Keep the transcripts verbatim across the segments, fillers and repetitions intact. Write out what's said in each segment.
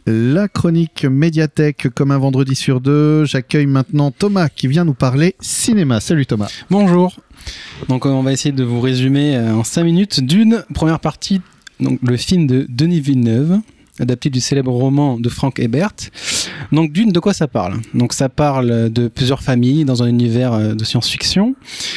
La chronique médiathèque comme un vendredi sur deux. J'accueille maintenant Thomas qui vient nous parler cinéma. Salut Thomas. Bonjour. Donc on va essayer de vous résumer en cinq minutes Dune, première partie, donc le film de Denis Villeneuve, adapté du célèbre roman de Frank Herbert. Donc Dune, de quoi ça parle ? Donc ça parle de plusieurs familles dans un univers de science-fiction,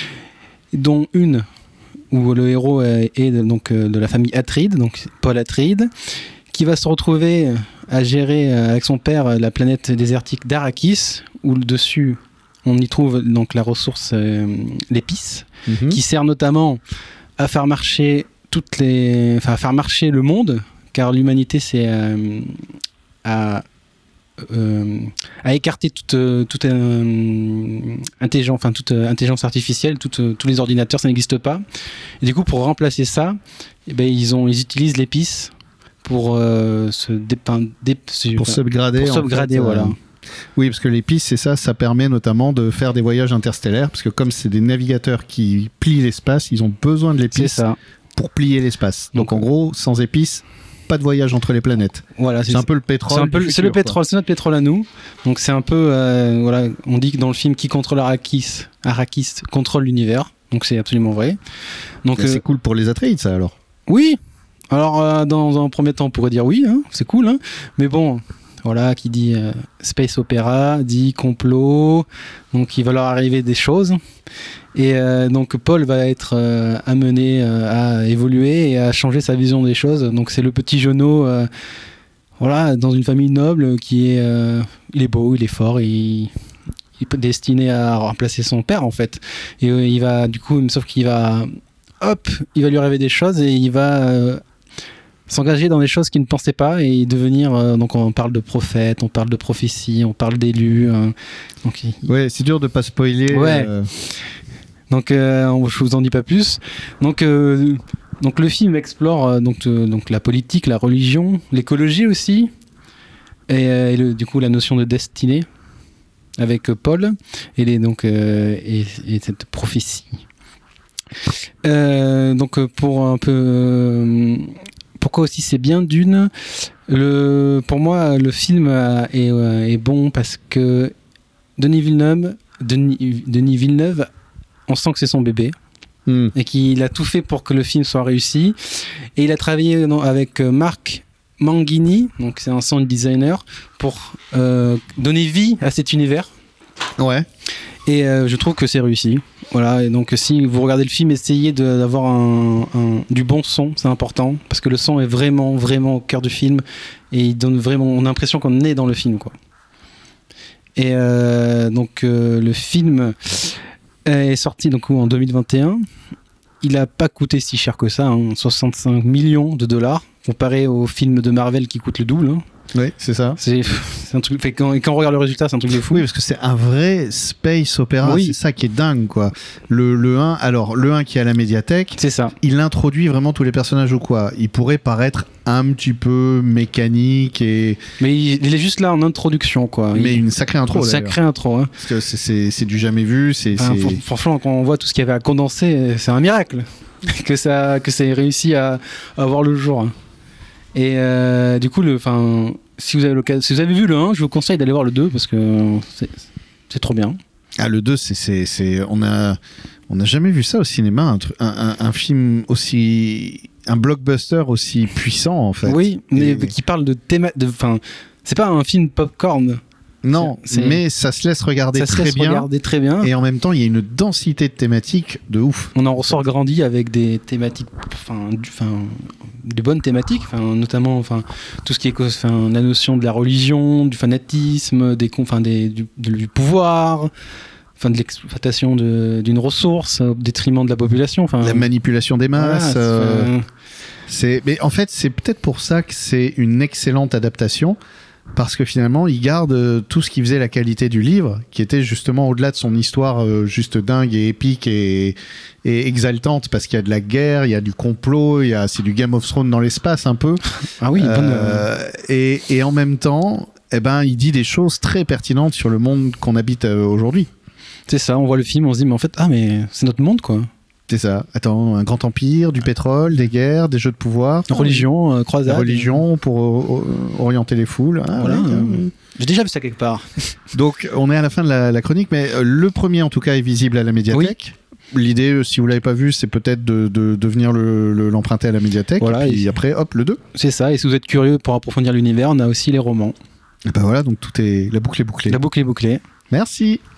dont une où le héros est donc de la famille Atreides, donc Paul Atreides, qui va se retrouver à gérer avec son père la planète désertique d'Arrakis, où le dessus on y trouve donc la ressource euh, l'épice, mmh. qui sert notamment à faire marcher toutes les, enfin à faire marcher le monde, car l'humanité c'est euh, à Euh, à écarter toute, toute euh, intelligence, enfin toute euh, intelligence artificielle, toute, euh, tous les ordinateurs, ça n'existe pas. Et du coup, pour remplacer ça, eh ben, ils, ont, ils utilisent l'épice pour euh, se dépeindre, dé, pour enfin, s'upgrader. Pour s'upgrader, fait, voilà. Euh... Oui, parce que l'épice, c'est ça, ça permet notamment de faire des voyages interstellaires, parce que comme c'est des navigateurs qui plient l'espace, ils ont besoin de l'épice pour plier l'espace. Donc, Donc en gros, sans épice, pas de voyage entre les planètes. Voilà, c'est, c'est un peu le pétrole. C'est, un peu, futur, c'est le pétrole, quoi. C'est notre pétrole à nous. Donc c'est un peu, euh, voilà, on dit que dans le film, qui contrôle Arrakis, Arrakis contrôle l'univers. Donc c'est absolument vrai. Donc euh, c'est cool pour les Atreides, ça alors. Oui. Alors euh, dans un premier temps, on pourrait dire oui, hein, c'est cool, hein. Mais bon. Voilà, qui dit euh, space opéra, dit complot, donc il va leur arriver des choses. Et euh, donc Paul va être euh, amené euh, à évoluer et à changer sa vision des choses. Donc c'est le petit Jeannot, euh, voilà, dans une famille noble qui est, euh, il est beau, il est fort, il, il est destiné à remplacer son père en fait. Et euh, il va, du coup, sauf qu'il va, hop, il va lui arriver des choses et il va euh, s'engager dans des choses qu'il ne pensait pas et devenir, euh, donc on parle de prophète, on parle de prophétie, on parle d'élus. Euh, donc il... Ouais, c'est dur de pas spoiler. Ouais. Euh... Donc euh, je vous en dis pas plus. Donc euh, donc le film explore euh, donc euh, donc la politique, la religion, l'écologie aussi, et, euh, et le, du coup la notion de destinée avec euh, Paul et les donc euh, et, et cette prophétie. Euh, donc pour un peu euh, pourquoi aussi c'est bien Dune, le, pour moi le film est, est bon parce que Denis Villeneuve, Denis, Denis Villeneuve, on sent que c'est son bébé mm. et qu'il a tout fait pour que le film soit réussi. Et il a travaillé non, avec Marc Manghini, donc c'est un sound designer, pour euh, donner vie à cet univers. Ouais. Et euh, je trouve que c'est réussi. Voilà, et donc si vous regardez le film, essayez de, d'avoir un, un, du bon son, c'est important, parce que le son est vraiment, vraiment au cœur du film, et il donne vraiment, on a l'impression qu'on est dans le film, quoi. Et euh, donc euh, le film est sorti donc, en deux mille vingt et un, il n'a pas coûté si cher que ça, hein, soixante-cinq millions de dollars, comparé au film de Marvel qui coûte le double, hein. Oui, c'est ça. C'est, c'est un truc. Fait, quand, et quand on regarde le résultat, c'est un truc de fou. Oui, parce que c'est un vrai space opéra. Oui. C'est ça qui est dingue, quoi. Le, le un, alors, le un qui est à la médiathèque, c'est ça. Il introduit vraiment tous les personnages ou quoi. Il pourrait paraître un petit peu mécanique et. Mais il, il est juste là en introduction, quoi. Mais il... une sacrée intro. Une sacrée intro, hein. Parce que c'est, c'est, c'est du jamais vu. C'est, enfin, c'est... Franchement, quand on voit tout ce qu'il y avait à condenser, c'est un miracle que ça, que ça ait réussi à, à voir le jour. Hein. Et euh, du coup, le, enfin, si vous avez l'occasion, si vous avez vu le un, je vous conseille d'aller voir le deux parce que c'est, c'est trop bien. Ah, le deux, c'est, c'est, c'est, on a, on n'a jamais vu ça au cinéma, un, un, un, un film aussi, un blockbuster aussi puissant en fait. Oui, mais Et... qui parle de thème, de, enfin, c'est pas un film popcorn. Non, c'est... mais ça se laisse regarder ça très se laisse bien. regarder très bien. Et en même temps, il y a une densité de thématiques de ouf. On en ressort grandi avec des thématiques, enfin, du, enfin, des bonnes thématiques, enfin, notamment, enfin, tout ce qui est, enfin, la notion de la religion, du fanatisme, des, enfin, des, du, du pouvoir, enfin, de l'exploitation de, d'une ressource au détriment de la population, enfin, la manipulation des masses. Voilà, euh, c'est, mais en fait, c'est peut-être pour ça que c'est une excellente adaptation. Parce que finalement, il garde tout ce qui faisait la qualité du livre, qui était justement au-delà de son histoire euh, juste dingue et épique et, et exaltante, parce qu'il y a de la guerre, il y a du complot, il y a, c'est du Game of Thrones dans l'espace un peu. Ah oui, euh, bonne... et, et en même temps, eh ben, il dit des choses très pertinentes sur le monde qu'on habite euh, aujourd'hui. C'est ça, on voit le film, on se dit, mais en fait, ah, mais c'est notre monde, quoi. C'est ça. Attends, un grand empire, du pétrole, des guerres, des jeux de pouvoir. Religion, euh, La croisade. religion pour euh, orienter les foules. Ah, Voilà, ouais, euh, euh. J'ai déjà vu ça quelque part. Donc, on est à la fin de la, la chronique, mais euh, le premier, en tout cas, est visible à la médiathèque. L'idée, euh, si vous l'avez pas vu, c'est peut-être de, de, de venir le, le- l'emprunter à la médiathèque. Voilà, et puis et- après, hop, le deux. C'est ça, et si vous êtes curieux pour approfondir l'univers, on a aussi les romans. Et ben voilà, donc tout est... La boucle est bouclée. La boucle est bouclée. Merci.